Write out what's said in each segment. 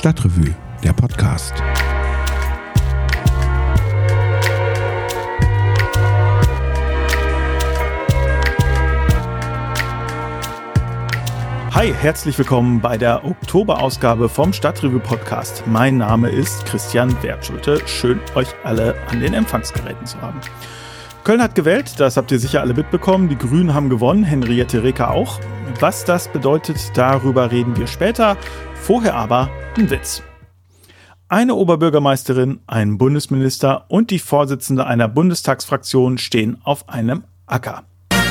Stadtrevue, der Podcast. Hi, herzlich willkommen bei der Oktoberausgabe vom Stadtrevue-Podcast. Mein Name ist Christian Wertschulte. Schön, euch alle an den Empfangsgeräten zu haben. Köln hat gewählt, das habt ihr sicher alle mitbekommen. Die Grünen haben gewonnen, Henriette Reker auch. Was das bedeutet, darüber reden wir später. Vorher aber ein Witz. Eine Oberbürgermeisterin, ein Bundesminister und die Vorsitzende einer Bundestagsfraktion stehen auf einem Acker.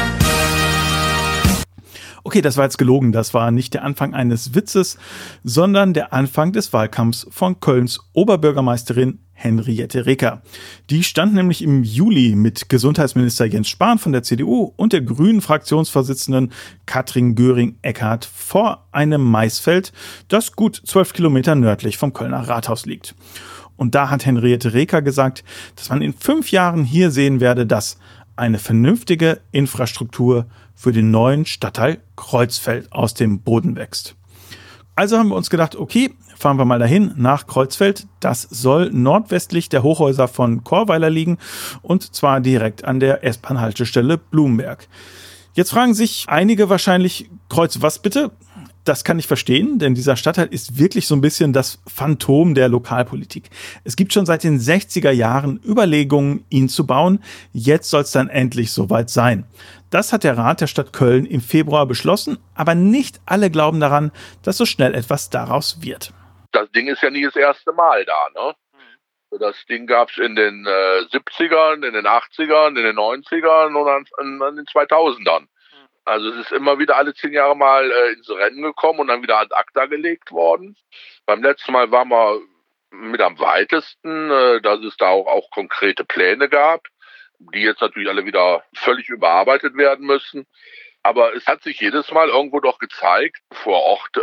Okay, das war jetzt gelogen. Das war nicht der Anfang eines Witzes, sondern der Anfang des Wahlkampfs von Kölns Oberbürgermeisterin Henriette Reker. Die stand nämlich im Juli mit Gesundheitsminister Jens Spahn von der CDU und der Grünen-Fraktionsvorsitzenden Katrin Göring-Eckardt vor einem Maisfeld, das gut 12 Kilometer nördlich vom Kölner Rathaus liegt. Und da hat Henriette Reker gesagt, dass man in 5 Jahren hier sehen werde, dass eine vernünftige Infrastruktur für den neuen Stadtteil Kreuzfeld aus dem Boden wächst. Also haben wir uns gedacht, okay, fahren wir mal dahin nach Kreuzfeld. Das soll nordwestlich der Hochhäuser von Chorweiler liegen und zwar direkt an der S-Bahn-Haltestelle Blumberg. Jetzt fragen sich einige wahrscheinlich, Kreuz was bitte? Das kann ich verstehen, denn dieser Stadtteil ist wirklich so ein bisschen das Phantom der Lokalpolitik. Es gibt schon seit den 60er Jahren Überlegungen, ihn zu bauen. Jetzt soll es dann endlich soweit sein. Das hat der Rat der Stadt Köln im Februar beschlossen, aber nicht alle glauben daran, dass so schnell etwas daraus wird. Das Ding ist ja nie das erste Mal da, ne? Das Ding gab es in den 70ern, in den 80ern, in den 90ern und an den 2000ern. Also es ist immer wieder alle 10 Jahre mal ins Rennen gekommen und dann wieder ad acta gelegt worden. Beim letzten Mal waren wir mit am weitesten, dass es da auch konkrete Pläne gab, die jetzt natürlich alle wieder völlig überarbeitet werden müssen. Aber es hat sich jedes Mal irgendwo doch gezeigt, vor Ort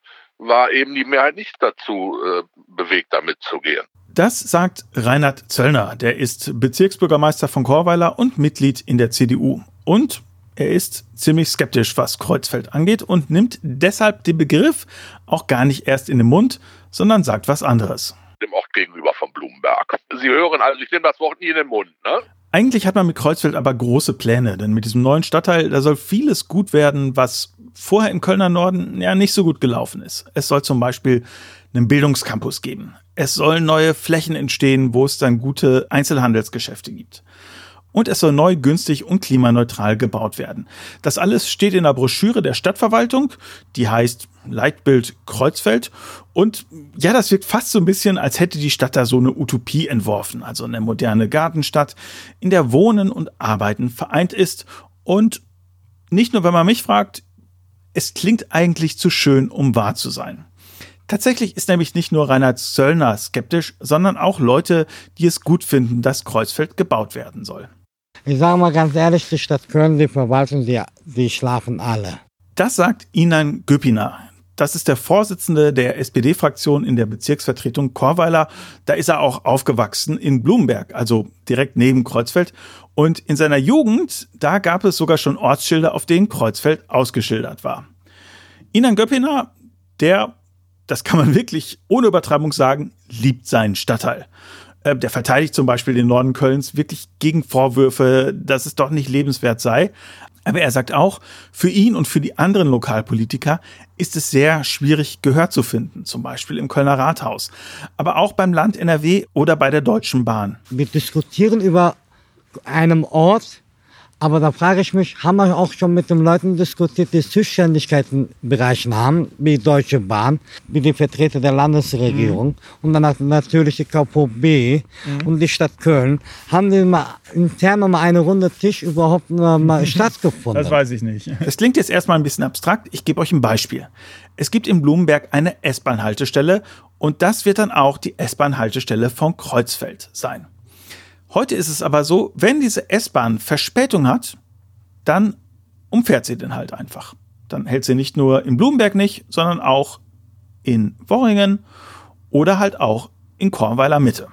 war eben die Mehrheit nicht dazu bewegt, da mitzugehen. Das sagt Reinhard Zöllner, der ist Bezirksbürgermeister von Chorweiler und Mitglied in der CDU. Und er ist ziemlich skeptisch, was Kreuzfeld angeht und nimmt deshalb den Begriff auch gar nicht erst in den Mund, sondern sagt was anderes. Dem Ort gegenüber von Blumberg. Sie hören also, ich nehme das Wort nie in den Mund, ne? Eigentlich hat man mit Kreuzfeld aber große Pläne, denn mit diesem neuen Stadtteil, da soll vieles gut werden, was vorher im Kölner Norden ja nicht so gut gelaufen ist. Es soll zum Beispiel einen Bildungscampus geben. Es sollen neue Flächen entstehen, wo es dann gute Einzelhandelsgeschäfte gibt. Und es soll neu, günstig und klimaneutral gebaut werden. Das alles steht in der Broschüre der Stadtverwaltung, die heißt Leitbild Kreuzfeld. Und ja, das wirkt fast so ein bisschen, als hätte die Stadt da so eine Utopie entworfen. Also eine moderne Gartenstadt, in der Wohnen und Arbeiten vereint ist. Und nicht nur, wenn man mich fragt, es klingt eigentlich zu schön, um wahr zu sein. Tatsächlich ist nämlich nicht nur Reinhard Zöllner skeptisch, sondern auch Leute, die es gut finden, dass Kreuzfeld gebaut werden soll. Ich sage mal ganz ehrlich, die Stadt Köln, die Verwaltung, die schlafen alle. Das sagt Inan Göpiner. Das ist der Vorsitzende der SPD-Fraktion in der Bezirksvertretung Chorweiler. Da ist er auch aufgewachsen in Blumberg, also direkt neben Kreuzfeld. Und in seiner Jugend, da gab es sogar schon Ortsschilder, auf denen Kreuzfeld ausgeschildert war. Inan Göpiner, das kann man wirklich ohne Übertreibung sagen, liebt seinen Stadtteil. Der verteidigt zum Beispiel den Norden Kölns wirklich gegen Vorwürfe, dass es doch nicht lebenswert sei. Aber er sagt auch, für ihn und für die anderen Lokalpolitiker ist es sehr schwierig, Gehör zu finden, zum Beispiel im Kölner Rathaus, aber auch beim Land NRW oder bei der Deutschen Bahn. Wir diskutieren über einen Ort, aber da frage ich mich, haben wir auch schon mit den Leuten diskutiert, die Zuständigkeitsbereiche haben, wie Deutsche Bahn, wie die Vertreter der Landesregierung und dann natürlich die KVB und die Stadt Köln. Haben die mal intern noch mal eine Runde Tisch überhaupt mal stattgefunden? Das weiß ich nicht. Das klingt jetzt erstmal ein bisschen abstrakt. Ich gebe euch ein Beispiel. Es gibt in Blumberg eine S-Bahn-Haltestelle und das wird dann auch die S-Bahn-Haltestelle von Kreuzfeld sein. Heute ist es aber so, wenn diese S-Bahn Verspätung hat, dann umfährt sie den halt einfach. Dann hält sie nicht nur in Blumberg nicht, sondern auch in Worringen oder halt auch in Chorweiler Mitte.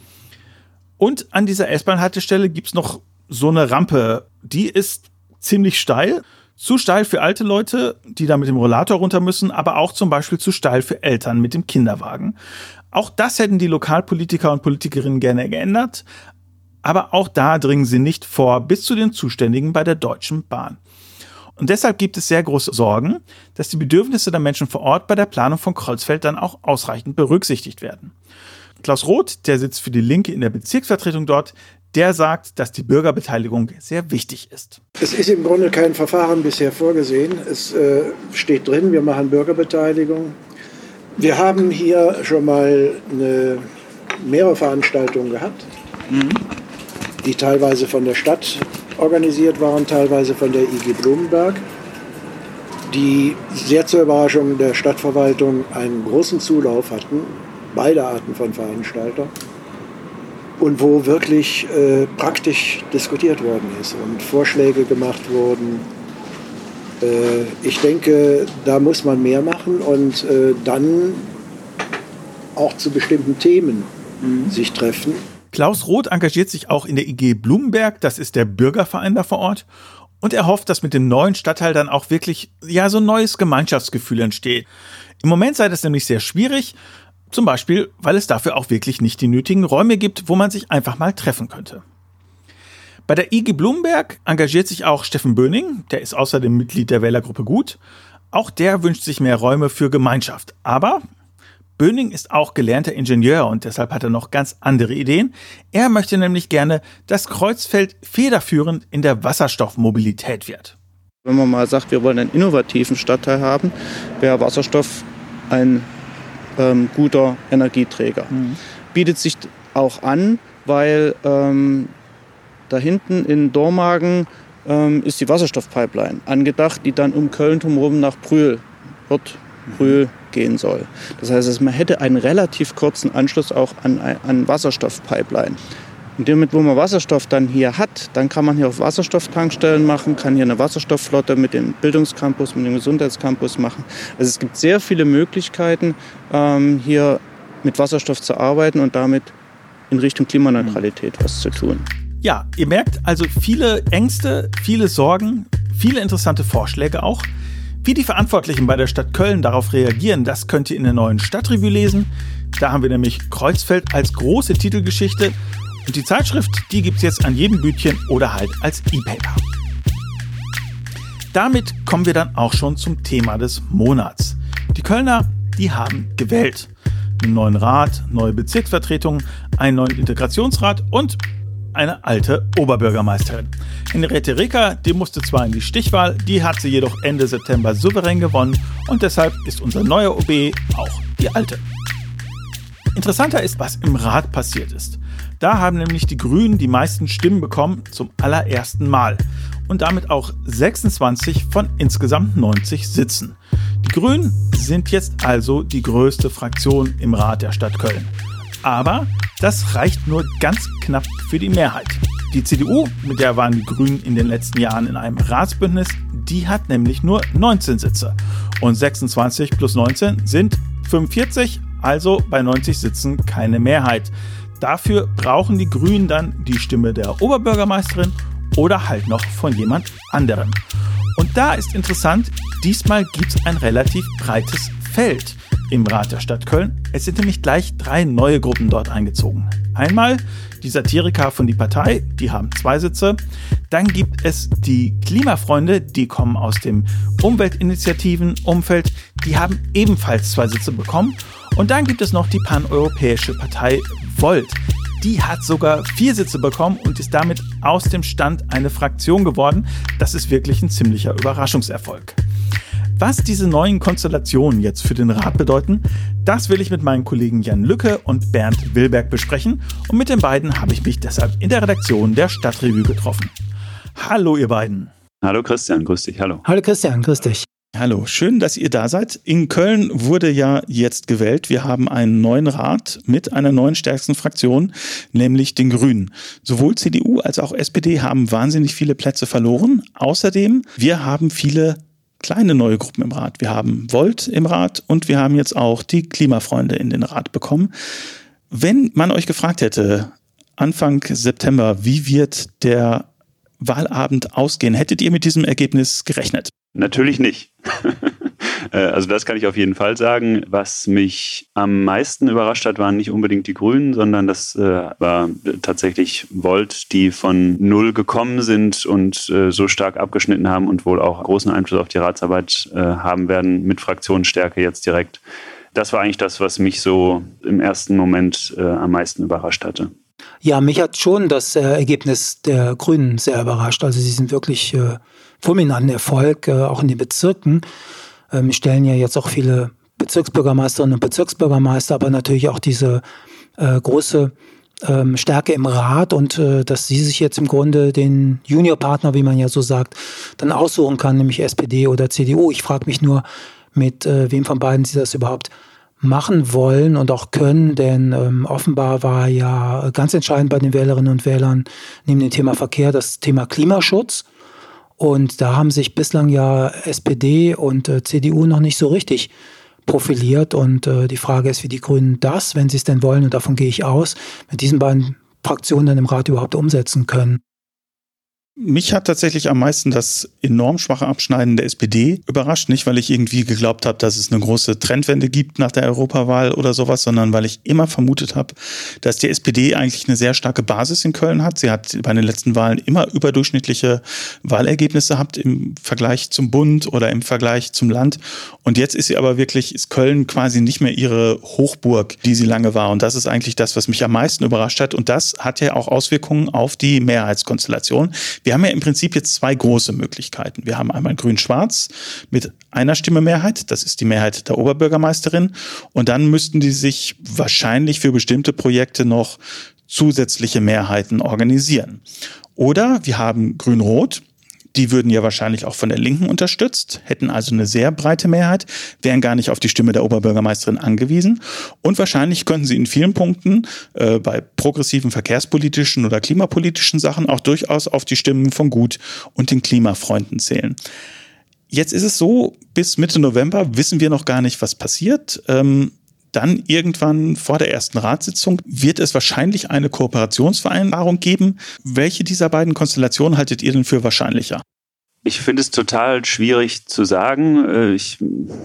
Und an dieser S-Bahn-Haltestelle gibt es noch so eine Rampe, die ist ziemlich steil. Zu steil für alte Leute, die da mit dem Rollator runter müssen, aber auch zum Beispiel zu steil für Eltern mit dem Kinderwagen. Auch das hätten die Lokalpolitiker und Politikerinnen gerne geändert, aber auch da dringen sie nicht vor bis zu den Zuständigen bei der Deutschen Bahn. Und deshalb gibt es sehr große Sorgen, dass die Bedürfnisse der Menschen vor Ort bei der Planung von Kreuzfeld dann auch ausreichend berücksichtigt werden. Klaus Roth, der sitzt für die Linke in der Bezirksvertretung dort, der sagt, dass die Bürgerbeteiligung sehr wichtig ist. Es ist im Grunde kein Verfahren bisher vorgesehen. Es steht drin, wir machen Bürgerbeteiligung. Wir haben hier schon mal mehrere Veranstaltungen gehabt, die teilweise von der Stadt organisiert waren, teilweise von der IG Blumenberg, die sehr zur Überraschung der Stadtverwaltung einen großen Zulauf hatten, beide Arten von Veranstaltern, und wo wirklich praktisch diskutiert worden ist und Vorschläge gemacht wurden. Ich denke, da muss man mehr machen und dann auch zu bestimmten Themen sich treffen. Klaus Roth engagiert sich auch in der IG Blumenberg, das ist der Bürgerverein da vor Ort. Und er hofft, dass mit dem neuen Stadtteil dann auch wirklich so ein neues Gemeinschaftsgefühl entsteht. Im Moment sei das nämlich sehr schwierig, zum Beispiel, weil es dafür auch wirklich nicht die nötigen Räume gibt, wo man sich einfach mal treffen könnte. Bei der IG Blumenberg engagiert sich auch Steffen Böning, der ist außerdem Mitglied der Wählergruppe Gut. Auch der wünscht sich mehr Räume für Gemeinschaft. Aber Böning ist auch gelernter Ingenieur und deshalb hat er noch ganz andere Ideen. Er möchte nämlich gerne, dass Kreuzfeld federführend in der Wasserstoffmobilität wird. Wenn man mal sagt, wir wollen einen innovativen Stadtteil haben, wäre Wasserstoff ein guter Energieträger. Bietet sich auch an, weil da hinten in Dormagen ist die Wasserstoffpipeline angedacht, die dann um Köln drumherum nach Brühl gehen soll. Das heißt, man hätte einen relativ kurzen Anschluss auch an Wasserstoffpipeline. Und damit, wo man Wasserstoff dann hier hat, dann kann man hier auch Wasserstofftankstellen machen, kann hier eine Wasserstoffflotte mit dem Bildungscampus, mit dem Gesundheitscampus machen. Also es gibt sehr viele Möglichkeiten, hier mit Wasserstoff zu arbeiten und damit in Richtung Klimaneutralität was zu tun. Ja, ihr merkt also viele Ängste, viele Sorgen, viele interessante Vorschläge auch. Wie die Verantwortlichen bei der Stadt Köln darauf reagieren, das könnt ihr in der neuen Stadtrevue lesen. Da haben wir nämlich Kreuzfeld als große Titelgeschichte. Und die Zeitschrift, die gibt's jetzt an jedem Bütchen oder halt als E-Paper. Damit kommen wir dann auch schon zum Thema des Monats. Die Kölner, die haben gewählt. Einen neuen Rat, neue Bezirksvertretungen, einen neuen Integrationsrat und eine alte Oberbürgermeisterin. Henriette Reker, die musste zwar in die Stichwahl, die hat sie jedoch Ende September souverän gewonnen und deshalb ist unser neuer OB auch die alte. Interessanter ist, was im Rat passiert ist. Da haben nämlich die Grünen die meisten Stimmen bekommen zum allerersten Mal und damit auch 26 von insgesamt 90 Sitzen. Die Grünen sind jetzt also die größte Fraktion im Rat der Stadt Köln. Aber das reicht nur ganz knapp für die Mehrheit. Die CDU, mit der waren die Grünen in den letzten Jahren in einem Ratsbündnis, die hat nämlich nur 19 Sitze. Und 26 plus 19 sind 45, also bei 90 Sitzen keine Mehrheit. Dafür brauchen die Grünen dann die Stimme der Oberbürgermeisterin oder halt noch von jemand anderem. Und da ist interessant, diesmal gibt es ein relativ breites Feld im Rat der Stadt Köln. Es sind nämlich gleich 3 neue Gruppen dort eingezogen. Einmal die Satiriker von Die Partei, die haben 2 Sitze. Dann gibt es die Klimafreunde, die kommen aus dem Umweltinitiativen-Umfeld. Die haben ebenfalls 2 Sitze bekommen. Und dann gibt es noch die paneuropäische Partei Volt. Die hat sogar 4 Sitze bekommen und ist damit aus dem Stand eine Fraktion geworden. Das ist wirklich ein ziemlicher Überraschungserfolg. Was diese neuen Konstellationen jetzt für den Rat bedeuten, das will ich mit meinen Kollegen Jan Lücke und Bernd Wilberg besprechen. Und mit den beiden habe ich mich deshalb in der Redaktion der Stadtrevue getroffen. Hallo ihr beiden. Hallo Christian, grüß dich, hallo. Hallo Christian, grüß dich. Hallo, schön, dass ihr da seid. In Köln wurde ja jetzt gewählt. Wir haben einen neuen Rat mit einer neuen stärksten Fraktion, nämlich den Grünen. Sowohl CDU als auch SPD haben wahnsinnig viele Plätze verloren. Außerdem, wir haben viele kleine neue Gruppen im Rat. Wir haben Volt im Rat und wir haben jetzt auch die Klimafreunde in den Rat bekommen. Wenn man euch gefragt hätte, Anfang September, wie wird der Wahlabend ausgehen? Hättet ihr mit diesem Ergebnis gerechnet? Natürlich nicht. Also das kann ich auf jeden Fall sagen. Was mich am meisten überrascht hat, waren nicht unbedingt die Grünen, sondern das war tatsächlich Volt, die von 0 gekommen sind und so stark abgeschnitten haben und wohl auch großen Einfluss auf die Ratsarbeit haben werden, mit Fraktionsstärke jetzt direkt. Das war eigentlich das, was mich so im ersten Moment am meisten überrascht hatte. Ja, mich hat schon das Ergebnis der Grünen sehr überrascht. Also sie sind wirklich fulminanten Erfolg, auch in den Bezirken. Stellen ja jetzt auch viele Bezirksbürgermeisterinnen und Bezirksbürgermeister, aber natürlich auch diese große Stärke im Rat und dass sie sich jetzt im Grunde den Juniorpartner, wie man ja so sagt, dann aussuchen kann, nämlich SPD oder CDU. Ich frage mich nur, mit wem von beiden sie das überhaupt machen wollen und auch können, denn offenbar war ja ganz entscheidend bei den Wählerinnen und Wählern neben dem Thema Verkehr das Thema Klimaschutz. Und da haben sich bislang ja SPD und CDU noch nicht so richtig profiliert. Und die Frage ist, wie die Grünen das, wenn sie es denn wollen, und davon gehe ich aus, mit diesen beiden Fraktionen dann im Rat überhaupt umsetzen können. Mich hat tatsächlich am meisten das enorm schwache Abschneiden der SPD überrascht. Nicht, weil ich irgendwie geglaubt habe, dass es eine große Trendwende gibt nach der Europawahl oder sowas, sondern weil ich immer vermutet habe, dass die SPD eigentlich eine sehr starke Basis in Köln hat. Sie hat bei den letzten Wahlen immer überdurchschnittliche Wahlergebnisse gehabt im Vergleich zum Bund oder im Vergleich zum Land. Und jetzt ist Köln quasi nicht mehr ihre Hochburg, die sie lange war. Und das ist eigentlich das, was mich am meisten überrascht hat. Und das hat ja auch Auswirkungen auf die Mehrheitskonstellation. Wir haben ja im Prinzip jetzt zwei große Möglichkeiten. Wir haben einmal Grün-Schwarz mit einer Stimme Mehrheit. Das ist die Mehrheit der Oberbürgermeisterin. Und dann müssten die sich wahrscheinlich für bestimmte Projekte noch zusätzliche Mehrheiten organisieren. Oder wir haben Grün-Rot. Die würden ja wahrscheinlich auch von der Linken unterstützt, hätten also eine sehr breite Mehrheit, wären gar nicht auf die Stimme der Oberbürgermeisterin angewiesen. Und wahrscheinlich könnten sie in vielen Punkten bei progressiven verkehrspolitischen oder klimapolitischen Sachen auch durchaus auf die Stimmen von Gut und den Klimafreunden zählen. Jetzt ist es so, bis Mitte November wissen wir noch gar nicht, was passiert. Dann irgendwann vor der ersten Ratssitzung wird es wahrscheinlich eine Kooperationsvereinbarung geben. Welche dieser beiden Konstellationen haltet ihr denn für wahrscheinlicher? Ich finde es total schwierig zu sagen. Ich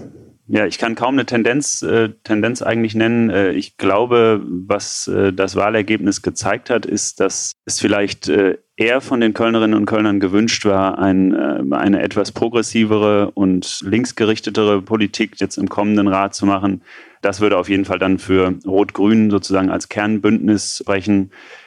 kann kaum eine Tendenz eigentlich nennen. Ich glaube, was das Wahlergebnis gezeigt hat, ist, dass es vielleicht eher von den Kölnerinnen und Kölnern gewünscht war, eine etwas progressivere und linksgerichtetere Politik jetzt im kommenden Rat zu machen. Das würde auf jeden Fall dann für Rot-Grün sozusagen als Kernbündnis sprechen.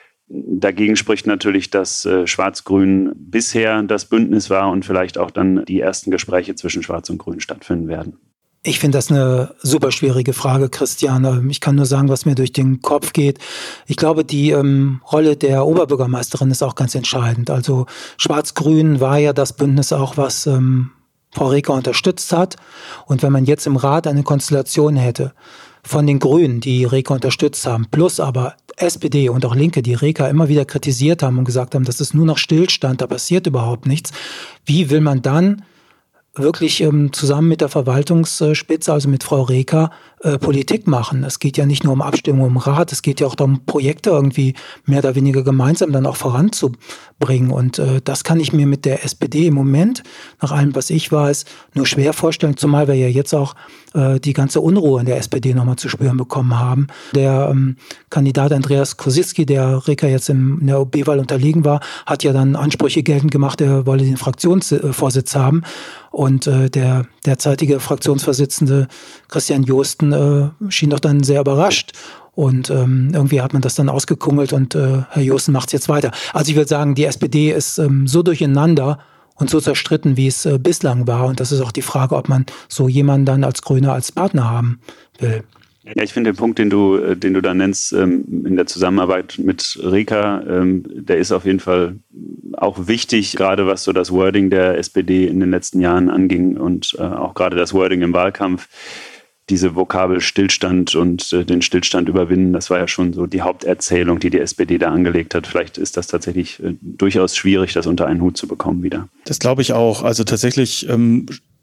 Dagegen spricht natürlich, dass Schwarz-Grün bisher das Bündnis war und vielleicht auch dann die ersten Gespräche zwischen Schwarz und Grün stattfinden werden. Ich finde das eine super schwierige Frage, Christian. Ich kann nur sagen, was mir durch den Kopf geht. Ich glaube, die Rolle der Oberbürgermeisterin ist auch ganz entscheidend. Also Schwarz-Grün war ja das Bündnis auch, was Frau Reker unterstützt hat. Und wenn man jetzt im Rat eine Konstellation hätte von den Grünen, die Reker unterstützt haben, plus aber SPD und auch Linke, die Reker immer wieder kritisiert haben und gesagt haben, das ist nur noch Stillstand, da passiert überhaupt nichts. Wie will man dann wirklich zusammen mit der Verwaltungsspitze, also mit Frau Reker, Politik machen? Es geht ja nicht nur um Abstimmung im Rat, es geht ja auch darum, Projekte irgendwie mehr oder weniger gemeinsam dann auch voranzubringen. Und das kann ich mir mit der SPD im Moment, nach allem, was ich weiß, nur schwer vorstellen, zumal wir ja jetzt auch die ganze Unruhe in der SPD nochmal zu spüren bekommen haben. Der Kandidat Andreas Kosiski, der Reker jetzt in der OB-Wahl unterlegen war, hat ja dann Ansprüche geltend gemacht, er wolle den Fraktionsvorsitz haben. Und der derzeitige Fraktionsvorsitzende Christian Josten schien doch dann sehr überrascht. Und irgendwie hat man das dann ausgekungelt und Herr Josten macht es jetzt weiter. Also ich würde sagen, die SPD ist so durcheinander und so zerstritten, wie es bislang war. Und das ist auch die Frage, ob man so jemanden dann als Grüner als Partner haben will. Ja, ich finde den Punkt, den du da nennst, in der Zusammenarbeit mit Reker, der ist auf jeden Fall auch wichtig, gerade was so das Wording der SPD in den letzten Jahren anging und auch gerade das Wording im Wahlkampf. Diese Vokabel Stillstand und den Stillstand überwinden, das war ja schon so die Haupterzählung, die SPD da angelegt hat. Vielleicht ist das tatsächlich durchaus schwierig, das unter einen Hut zu bekommen wieder. Das glaube ich auch. Also tatsächlich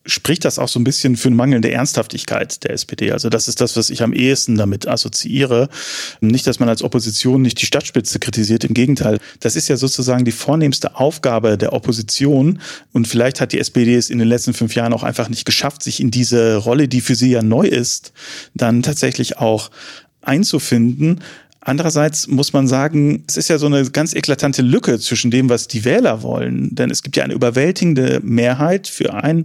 spricht das auch so ein bisschen für eine mangelnde Ernsthaftigkeit der SPD. Also das ist das, was ich am ehesten damit assoziiere. Nicht, dass man als Opposition nicht die Stadtspitze kritisiert, im Gegenteil. Das ist ja sozusagen die vornehmste Aufgabe der Opposition. Und vielleicht hat die SPD es in den letzten 5 Jahren auch einfach nicht geschafft, sich in diese Rolle, die für sie ja neu ist, dann tatsächlich auch einzufinden. Andererseits muss man sagen, es ist ja so eine ganz eklatante Lücke zwischen dem, was die Wähler wollen. Denn es gibt ja eine überwältigende Mehrheit für ein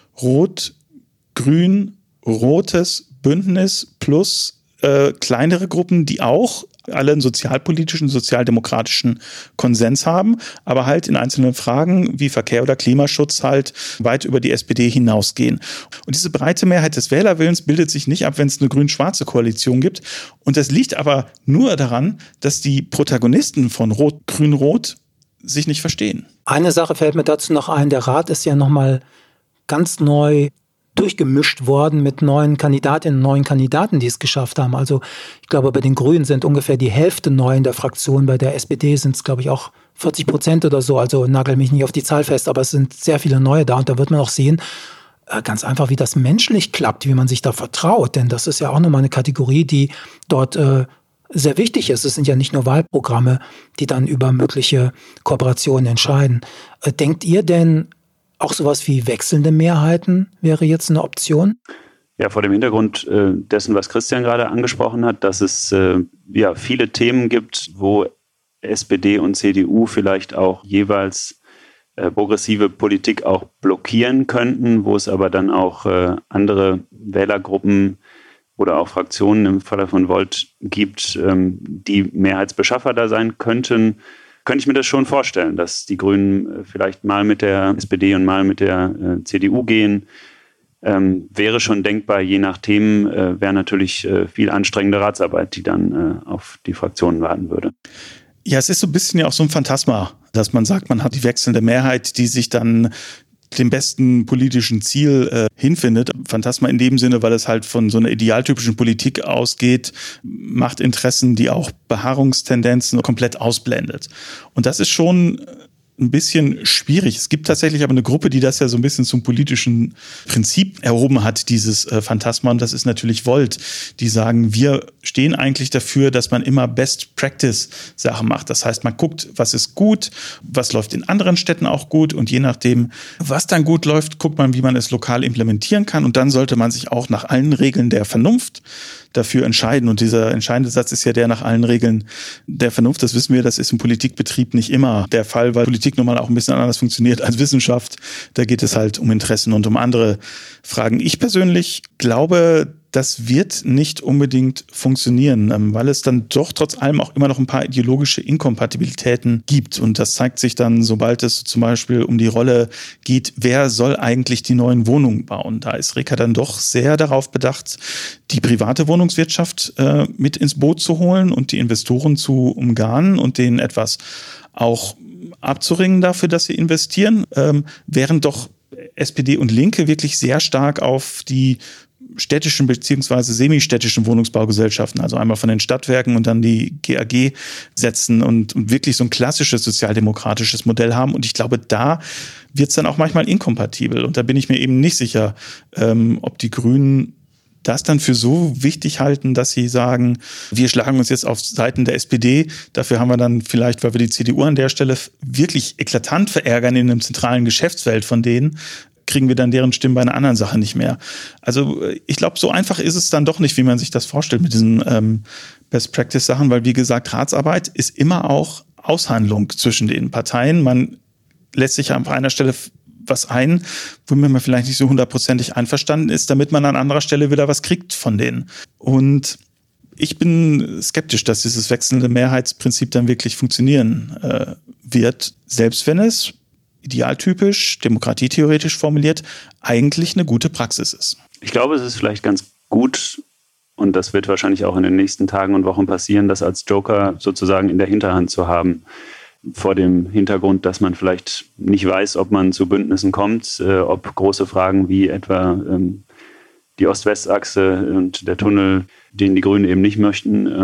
rot-grün-rotes Bündnis plus kleinere Gruppen, die auch alle einen sozialpolitischen, sozialdemokratischen Konsens haben, aber halt in einzelnen Fragen wie Verkehr oder Klimaschutz halt weit über die SPD hinausgehen. Und diese breite Mehrheit des Wählerwillens bildet sich nicht ab, wenn es eine grün-schwarze Koalition gibt. Und das liegt aber nur daran, dass die Protagonisten von Rot-Grün-Rot sich nicht verstehen. Eine Sache fällt mir dazu noch ein. Der Rat ist ja nochmal ganz neu durchgemischt worden mit neuen Kandidatinnen und neuen Kandidaten, die es geschafft haben. Also ich glaube, bei den Grünen sind ungefähr die Hälfte neu in der Fraktion. Bei der SPD sind es, glaube ich, auch 40% oder so. Also nagel mich nicht auf die Zahl fest, aber es sind sehr viele neue da. Und da wird man auch sehen, ganz einfach, wie das menschlich klappt, wie man sich da vertraut. Denn das ist ja auch nochmal eine Kategorie, die dort sehr wichtig ist. Es sind ja nicht nur Wahlprogramme, die dann über mögliche Kooperationen entscheiden. Denkt ihr denn, auch sowas wie wechselnde Mehrheiten wäre jetzt eine Option? Ja, vor dem Hintergrund dessen, was Christian gerade angesprochen hat, dass es viele Themen gibt, wo SPD und CDU vielleicht auch jeweils progressive Politik auch blockieren könnten, wo es aber dann auch andere Wählergruppen oder auch Fraktionen im Falle von Volt gibt, die Mehrheitsbeschaffer da sein könnten. Könnte ich mir das schon vorstellen, dass die Grünen vielleicht mal mit der SPD und mal mit der CDU gehen. Wäre schon denkbar, je nach Themen, wäre natürlich viel anstrengende Ratsarbeit, die dann auf die Fraktionen warten würde. Ja, es ist so ein bisschen ja auch so ein Phantasma, dass man sagt, man hat die wechselnde Mehrheit, die sich dann dem besten politischen Ziel hinfindet. Phantasma in dem Sinne, weil es halt von so einer idealtypischen Politik ausgeht, Machtinteressen, die auch Beharrungstendenzen komplett ausblendet. Und das ist schon ein bisschen schwierig. Es gibt tatsächlich aber eine Gruppe, die das ja so ein bisschen zum politischen Prinzip erhoben hat, dieses Phantasma. Und das ist natürlich Volt. Die sagen, wir stehen eigentlich dafür, dass man immer Best-Practice-Sachen macht. Das heißt, man guckt, was ist gut, was läuft in anderen Städten auch gut. Und je nachdem, was dann gut läuft, guckt man, wie man es lokal implementieren kann. Und dann sollte man sich auch nach allen Regeln der Vernunft dafür entscheiden. Und dieser entscheidende Satz ist ja der nach allen Regeln der Vernunft. Das wissen wir, das ist im Politikbetrieb nicht immer der Fall, weil Politik nun mal auch ein bisschen anders funktioniert als Wissenschaft. Da geht es halt um Interessen und um andere Fragen. Ich persönlich glaube, das wird nicht unbedingt funktionieren, weil es dann doch trotz allem auch immer noch ein paar ideologische Inkompatibilitäten gibt. Und das zeigt sich dann, sobald es zum Beispiel um die Rolle geht, wer soll eigentlich die neuen Wohnungen bauen. Da ist Reka dann doch sehr darauf bedacht, die private Wohnungswirtschaft mit ins Boot zu holen und die Investoren zu umgarnen und denen etwas auch abzuringen dafür, dass sie investieren, während doch SPD und Linke wirklich sehr stark auf die städtischen bzw. semistädtischen Wohnungsbaugesellschaften, also einmal von den Stadtwerken und dann die GAG setzen und wirklich so ein klassisches sozialdemokratisches Modell haben. Und ich glaube, da wird es dann auch manchmal inkompatibel. Und da bin ich mir eben nicht sicher, ob die Grünen das dann für so wichtig halten, dass sie sagen, wir schlagen uns jetzt auf Seiten der SPD. Dafür haben wir dann vielleicht, weil wir die CDU an der Stelle wirklich eklatant verärgern in einem zentralen Geschäftsfeld von denen, kriegen wir dann deren Stimmen bei einer anderen Sache nicht mehr. Also ich glaube, so einfach ist es dann doch nicht, wie man sich das vorstellt mit diesen Best-Practice-Sachen, weil wie gesagt, Ratsarbeit ist immer auch Aushandlung zwischen den Parteien. Man lässt sich an einer Stelle was ein, womit man vielleicht nicht so 100% einverstanden ist, damit man an anderer Stelle wieder was kriegt von denen. Und ich bin skeptisch, dass dieses wechselnde Mehrheitsprinzip dann wirklich funktionieren wird, selbst wenn es idealtypisch, demokratietheoretisch formuliert, eigentlich eine gute Praxis ist. Ich glaube, es ist vielleicht ganz gut, und das wird wahrscheinlich auch in den nächsten Tagen und Wochen passieren, das als Joker sozusagen in der Hinterhand zu haben. Vor dem Hintergrund, dass man vielleicht nicht weiß, ob man zu Bündnissen kommt, ob große Fragen wie etwa die Ost-West-Achse und der Tunnel, den die Grünen eben nicht möchten,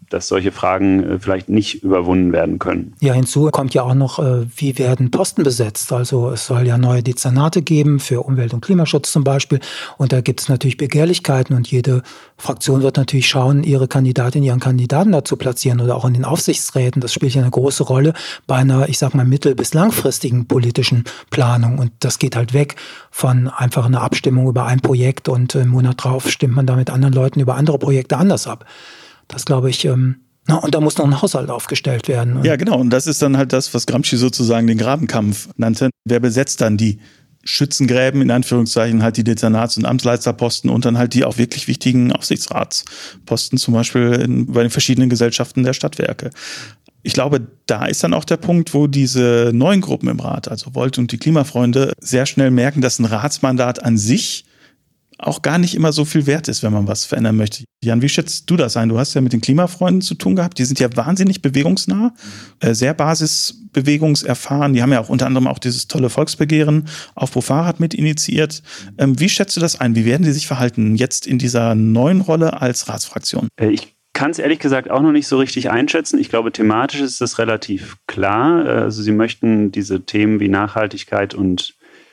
dass solche Fragen vielleicht nicht überwunden werden können. Ja, hinzu kommt ja auch noch, wie werden Posten besetzt? Also es soll ja neue Dezernate geben für Umwelt- und Klimaschutz zum Beispiel. Und da gibt es natürlich Begehrlichkeiten und jede Fraktion wird natürlich schauen, ihre Kandidatin, ihren Kandidaten da zu platzieren oder auch in den Aufsichtsräten. Das spielt ja eine große Rolle bei einer, ich sag mal, mittel- bis langfristigen politischen Planung. Und das geht halt weg von einfach einer Abstimmung über ein Projekt und im Monat drauf stimmt man da mit anderen Leuten über andere Projekte anders ab. Das glaube ich, und da muss noch ein Haushalt aufgestellt werden. Ja, genau. Und das ist dann halt das, was Gramsci sozusagen den Grabenkampf nannte. Wer besetzt dann die Schützengräben, in Anführungszeichen, halt die Dezernats- und Amtsleiterposten und dann halt die auch wirklich wichtigen Aufsichtsratsposten, zum Beispiel bei den verschiedenen Gesellschaften der Stadtwerke. Ich glaube, da ist dann auch der Punkt, wo diese neuen Gruppen im Rat, also Volt und die Klimafreunde, sehr schnell merken, dass ein Ratsmandat an sich auch gar nicht immer so viel wert ist, wenn man was verändern möchte. Jan, wie schätzt du das ein? Du hast ja mit den Klimafreunden zu tun gehabt. Die sind ja wahnsinnig bewegungsnah, sehr basisbewegungserfahren. Die haben ja auch unter anderem auch dieses tolle Volksbegehren Aufruf Fahrrad mit initiiert. Wie schätzt du das ein? Wie werden die sich verhalten jetzt in dieser neuen Rolle als Ratsfraktion? Ich kann es ehrlich gesagt auch noch nicht so richtig einschätzen. Ich glaube, thematisch ist das relativ klar. Also sie möchten diese Themen wie Nachhaltigkeit und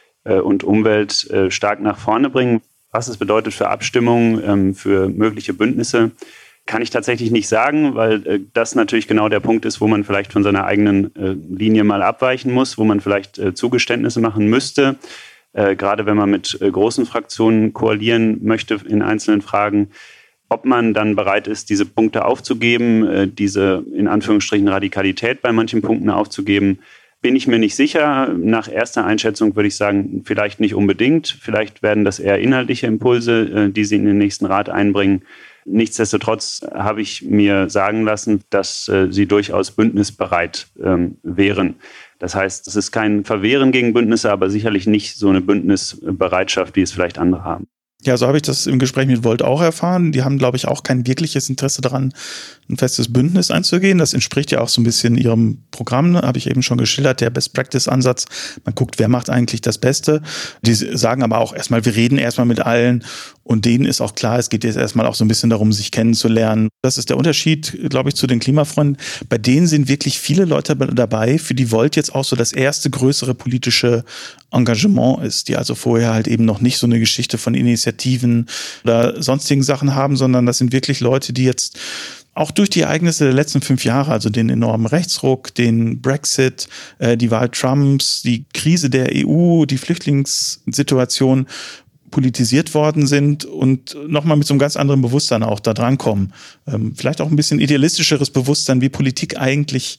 Umwelt stark nach vorne bringen. Was es bedeutet für Abstimmungen, für mögliche Bündnisse, kann ich tatsächlich nicht sagen, weil das natürlich genau der Punkt ist, wo man vielleicht von seiner eigenen Linie mal abweichen muss, wo man vielleicht Zugeständnisse machen müsste. Gerade wenn man mit großen Fraktionen koalieren möchte in einzelnen Fragen, ob man dann bereit ist, diese Punkte aufzugeben, diese in Anführungsstrichen Radikalität bei manchen Punkten aufzugeben, bin ich mir nicht sicher. Nach erster Einschätzung würde ich sagen, vielleicht nicht unbedingt. Vielleicht werden das eher inhaltliche Impulse, die sie in den nächsten Rat einbringen. Nichtsdestotrotz habe ich mir sagen lassen, dass sie durchaus bündnisbereit wären. Das heißt, es ist kein Verwehren gegen Bündnisse, aber sicherlich nicht so eine Bündnisbereitschaft, wie es vielleicht andere haben. Ja, so habe ich das im Gespräch mit Volt auch erfahren. Die haben, glaube ich, auch kein wirkliches Interesse daran, ein festes Bündnis einzugehen. Das entspricht ja auch so ein bisschen ihrem Programm, habe ich eben schon geschildert, der Best-Practice-Ansatz. Man guckt, wer macht eigentlich das Beste. Die sagen aber auch erstmal, wir reden erstmal mit allen. Und denen ist auch klar, es geht jetzt erstmal auch so ein bisschen darum, sich kennenzulernen. Das ist der Unterschied, glaube ich, zu den Klimafreunden. Bei denen sind wirklich viele Leute dabei, für die Volt jetzt auch so das erste größere politische Engagement ist, die also vorher halt eben noch nicht so eine Geschichte von Initiativen oder sonstigen Sachen haben, sondern das sind wirklich Leute, die jetzt auch durch die Ereignisse der letzten 5 Jahre, also den enormen Rechtsruck, den Brexit, die Wahl Trumps, die Krise der EU, die Flüchtlingssituation, politisiert worden sind und nochmal mit so einem ganz anderen Bewusstsein auch da drankommen. Vielleicht auch ein bisschen idealistischeres Bewusstsein, wie Politik eigentlich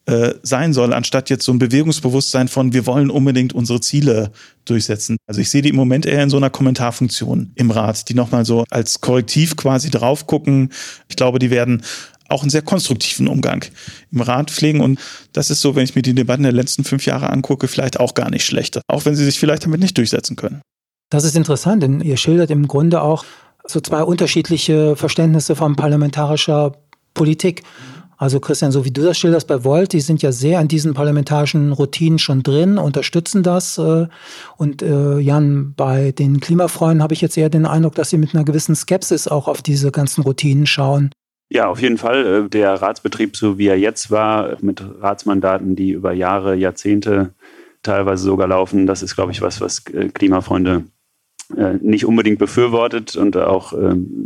sein soll, anstatt jetzt so ein Bewegungsbewusstsein von, wir wollen unbedingt unsere Ziele durchsetzen. Also ich sehe die im Moment eher in so einer Kommentarfunktion im Rat, die nochmal so als Korrektiv quasi drauf gucken. Ich glaube, die werden auch einen sehr konstruktiven Umgang im Rat pflegen. Und das ist so, wenn ich mir die Debatten der letzten 5 Jahre angucke, vielleicht auch gar nicht schlechter. Auch wenn sie sich vielleicht damit nicht durchsetzen können. Das ist interessant, denn ihr schildert im Grunde auch so 2 unterschiedliche Verständnisse von parlamentarischer Politik. Also Christian, so wie du das schilderst bei Volt, die sind ja sehr an diesen parlamentarischen Routinen schon drin, unterstützen das. Und Jan, bei den Klimafreunden habe ich jetzt eher den Eindruck, dass sie mit einer gewissen Skepsis auch auf diese ganzen Routinen schauen. Ja, auf jeden Fall. Der Ratsbetrieb, so wie er jetzt war, mit Ratsmandaten, die über Jahre, Jahrzehnte teilweise sogar laufen, das ist, glaube ich, was Klimafreunde nicht unbedingt befürwortet und auch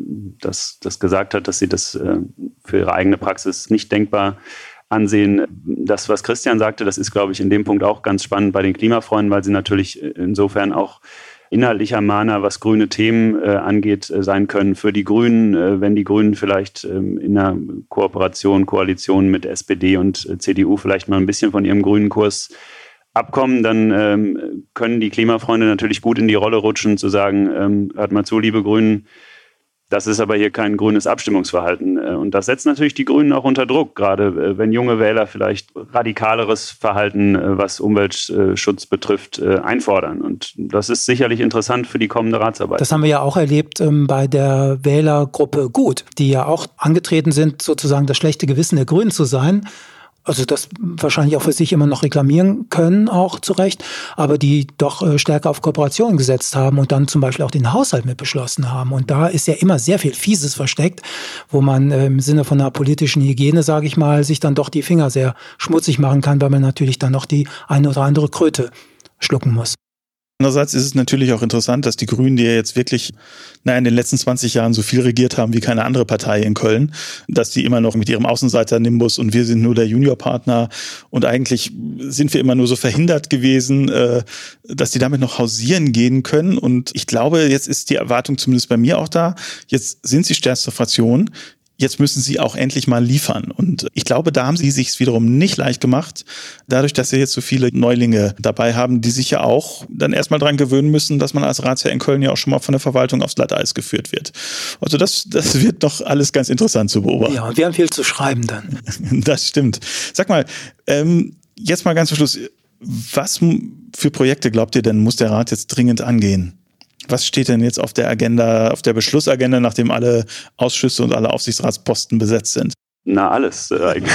das gesagt hat, dass sie das für ihre eigene Praxis nicht denkbar ansehen. Das, was Christian sagte, das ist, glaube ich, in dem Punkt auch ganz spannend bei den Klimafreunden, weil sie natürlich insofern auch inhaltlicher Mahner, was grüne Themen angeht, sein können für die Grünen, wenn die Grünen vielleicht in einer Koalition mit SPD und CDU vielleicht mal ein bisschen von ihrem grünen Kurs abkommen, dann können die Klimafreunde natürlich gut in die Rolle rutschen, zu sagen, hört mal zu, liebe Grünen, das ist aber hier kein grünes Abstimmungsverhalten. Und das setzt natürlich die Grünen auch unter Druck, gerade wenn junge Wähler vielleicht radikaleres Verhalten, was Umweltschutz betrifft, einfordern. Und das ist sicherlich interessant für die kommende Ratsarbeit. Das haben wir ja auch erlebt bei der Wählergruppe Gut, die ja auch angetreten sind, sozusagen das schlechte Gewissen der Grünen zu sein. also das wahrscheinlich auch für sich immer noch reklamieren können, auch zu Recht, aber die doch stärker auf Kooperation gesetzt haben und dann zum Beispiel auch den Haushalt mit beschlossen haben. Und da ist ja immer sehr viel Fieses versteckt, wo man im Sinne von einer politischen Hygiene, sage ich mal, sich dann doch die Finger sehr schmutzig machen kann, weil man natürlich dann noch die eine oder andere Kröte schlucken muss. Andererseits ist es natürlich auch interessant, dass die Grünen, die ja jetzt wirklich in den letzten 20 Jahren so viel regiert haben wie keine andere Partei in Köln, dass die immer noch mit ihrem Außenseiter-Nimbus und wir sind nur der Juniorpartner und eigentlich sind wir immer nur so verhindert gewesen, dass die damit noch hausieren gehen können. Und ich glaube, jetzt ist die Erwartung zumindest bei mir auch da, jetzt sind sie stärkste Fraktion. Jetzt müssen sie auch endlich mal liefern. Und ich glaube, da haben sie sich wiederum nicht leicht gemacht, dadurch, dass sie jetzt so viele Neulinge dabei haben, die sich ja auch dann erstmal dran gewöhnen müssen, dass man als Ratsherr in Köln ja auch schon mal von der Verwaltung aufs Glatteis geführt wird. Also das wird doch alles ganz interessant zu beobachten. Ja, und wir haben viel zu schreiben dann. Das stimmt. Sag mal, jetzt mal ganz zum Schluss, was für Projekte glaubt ihr denn, muss der Rat jetzt dringend angehen? Was steht denn jetzt auf der Agenda, auf der Beschlussagenda, nachdem alle Ausschüsse und alle Aufsichtsratsposten besetzt sind? Na, alles.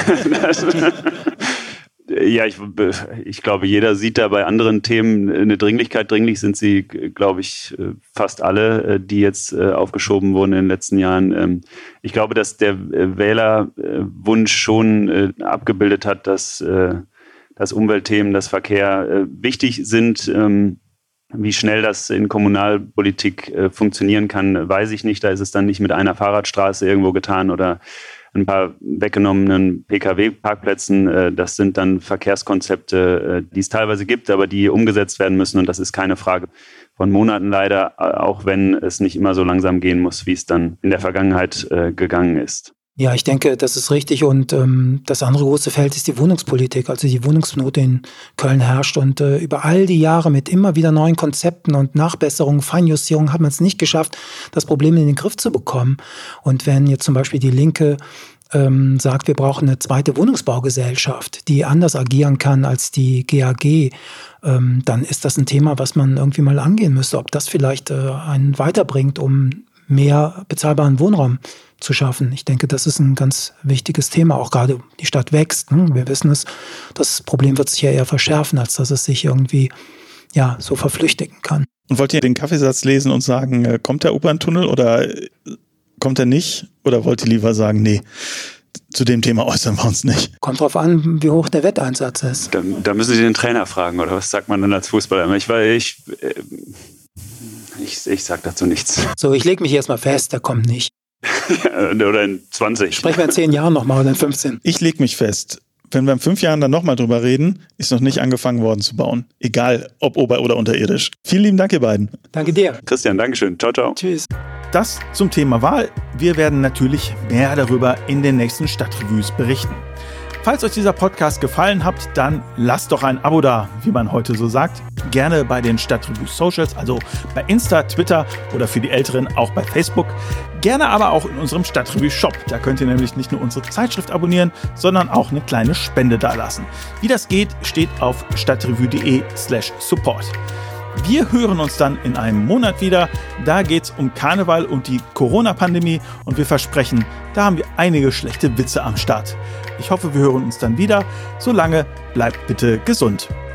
Ja, ich glaube, jeder sieht da bei anderen Themen eine Dringlichkeit. Dringlich sind sie, glaube ich, fast alle, die jetzt aufgeschoben wurden in den letzten Jahren. Ich glaube, dass der Wählerwunsch schon abgebildet hat, dass Umweltthemen, das Verkehr wichtig sind. Wie schnell das in Kommunalpolitik funktionieren kann, weiß ich nicht. Da ist es dann nicht mit einer Fahrradstraße irgendwo getan oder ein paar weggenommenen Pkw-Parkplätzen. Das sind dann Verkehrskonzepte, die es teilweise gibt, aber die umgesetzt werden müssen. Und das ist keine Frage von Monaten leider, auch wenn es nicht immer so langsam gehen muss, wie es dann in der Vergangenheit gegangen ist. Ja, ich denke, das ist richtig. Und das andere große Feld ist die Wohnungspolitik. Also die Wohnungsnot in Köln herrscht. Und über all die Jahre mit immer wieder neuen Konzepten und Nachbesserungen, Feinjustierungen hat man es nicht geschafft, das Problem in den Griff zu bekommen. Und wenn jetzt zum Beispiel die Linke sagt, wir brauchen eine zweite Wohnungsbaugesellschaft, die anders agieren kann als die GAG, dann ist das ein Thema, was man irgendwie mal angehen müsste. Ob das vielleicht einen weiterbringt, um mehr bezahlbaren Wohnraum zu schaffen. Ich denke, das ist ein ganz wichtiges Thema. Auch gerade die Stadt wächst. Ne? Wir wissen es, das Problem wird sich ja eher verschärfen, als dass es sich irgendwie so verflüchtigen kann. Und wollt ihr den Kaffeesatz lesen und sagen, kommt der U-Bahn-Tunnel oder kommt er nicht? Oder wollt ihr lieber sagen, nee, zu dem Thema äußern wir uns nicht? Kommt drauf an, wie hoch der Wetteinsatz ist. Da müssen Sie den Trainer fragen, oder was sagt man dann als Fußballer? Ich sag dazu nichts. So, ich lege mich erstmal fest, der kommt nicht. Oder in 20. Sprechen wir in 10 Jahren nochmal oder in 15. Ich lege mich fest. Wenn wir in 5 Jahren dann nochmal drüber reden, ist noch nicht angefangen worden zu bauen. Egal, ob ober- oder unterirdisch. Vielen lieben Dank, ihr beiden. Danke dir. Christian, Dankeschön. Ciao, ciao. Tschüss. Das zum Thema Wahl. Wir werden natürlich mehr darüber in den nächsten Stadtrevues berichten. Falls euch dieser Podcast gefallen hat, dann lasst doch ein Abo da, wie man heute so sagt. Gerne bei den Stadtrevues Socials, also bei Insta, Twitter oder für die Älteren auch bei Facebook. Gerne aber auch in unserem Stadtrevue Shop. Da könnt ihr nämlich nicht nur unsere Zeitschrift abonnieren, sondern auch eine kleine Spende dalassen. Wie das geht, steht auf stadtrevue.de/support. Wir hören uns dann in einem Monat wieder. Da geht's um Karneval und die Corona-Pandemie und wir versprechen, da haben wir einige schlechte Witze am Start. Ich hoffe, wir hören uns dann wieder. Solange bleibt bitte gesund.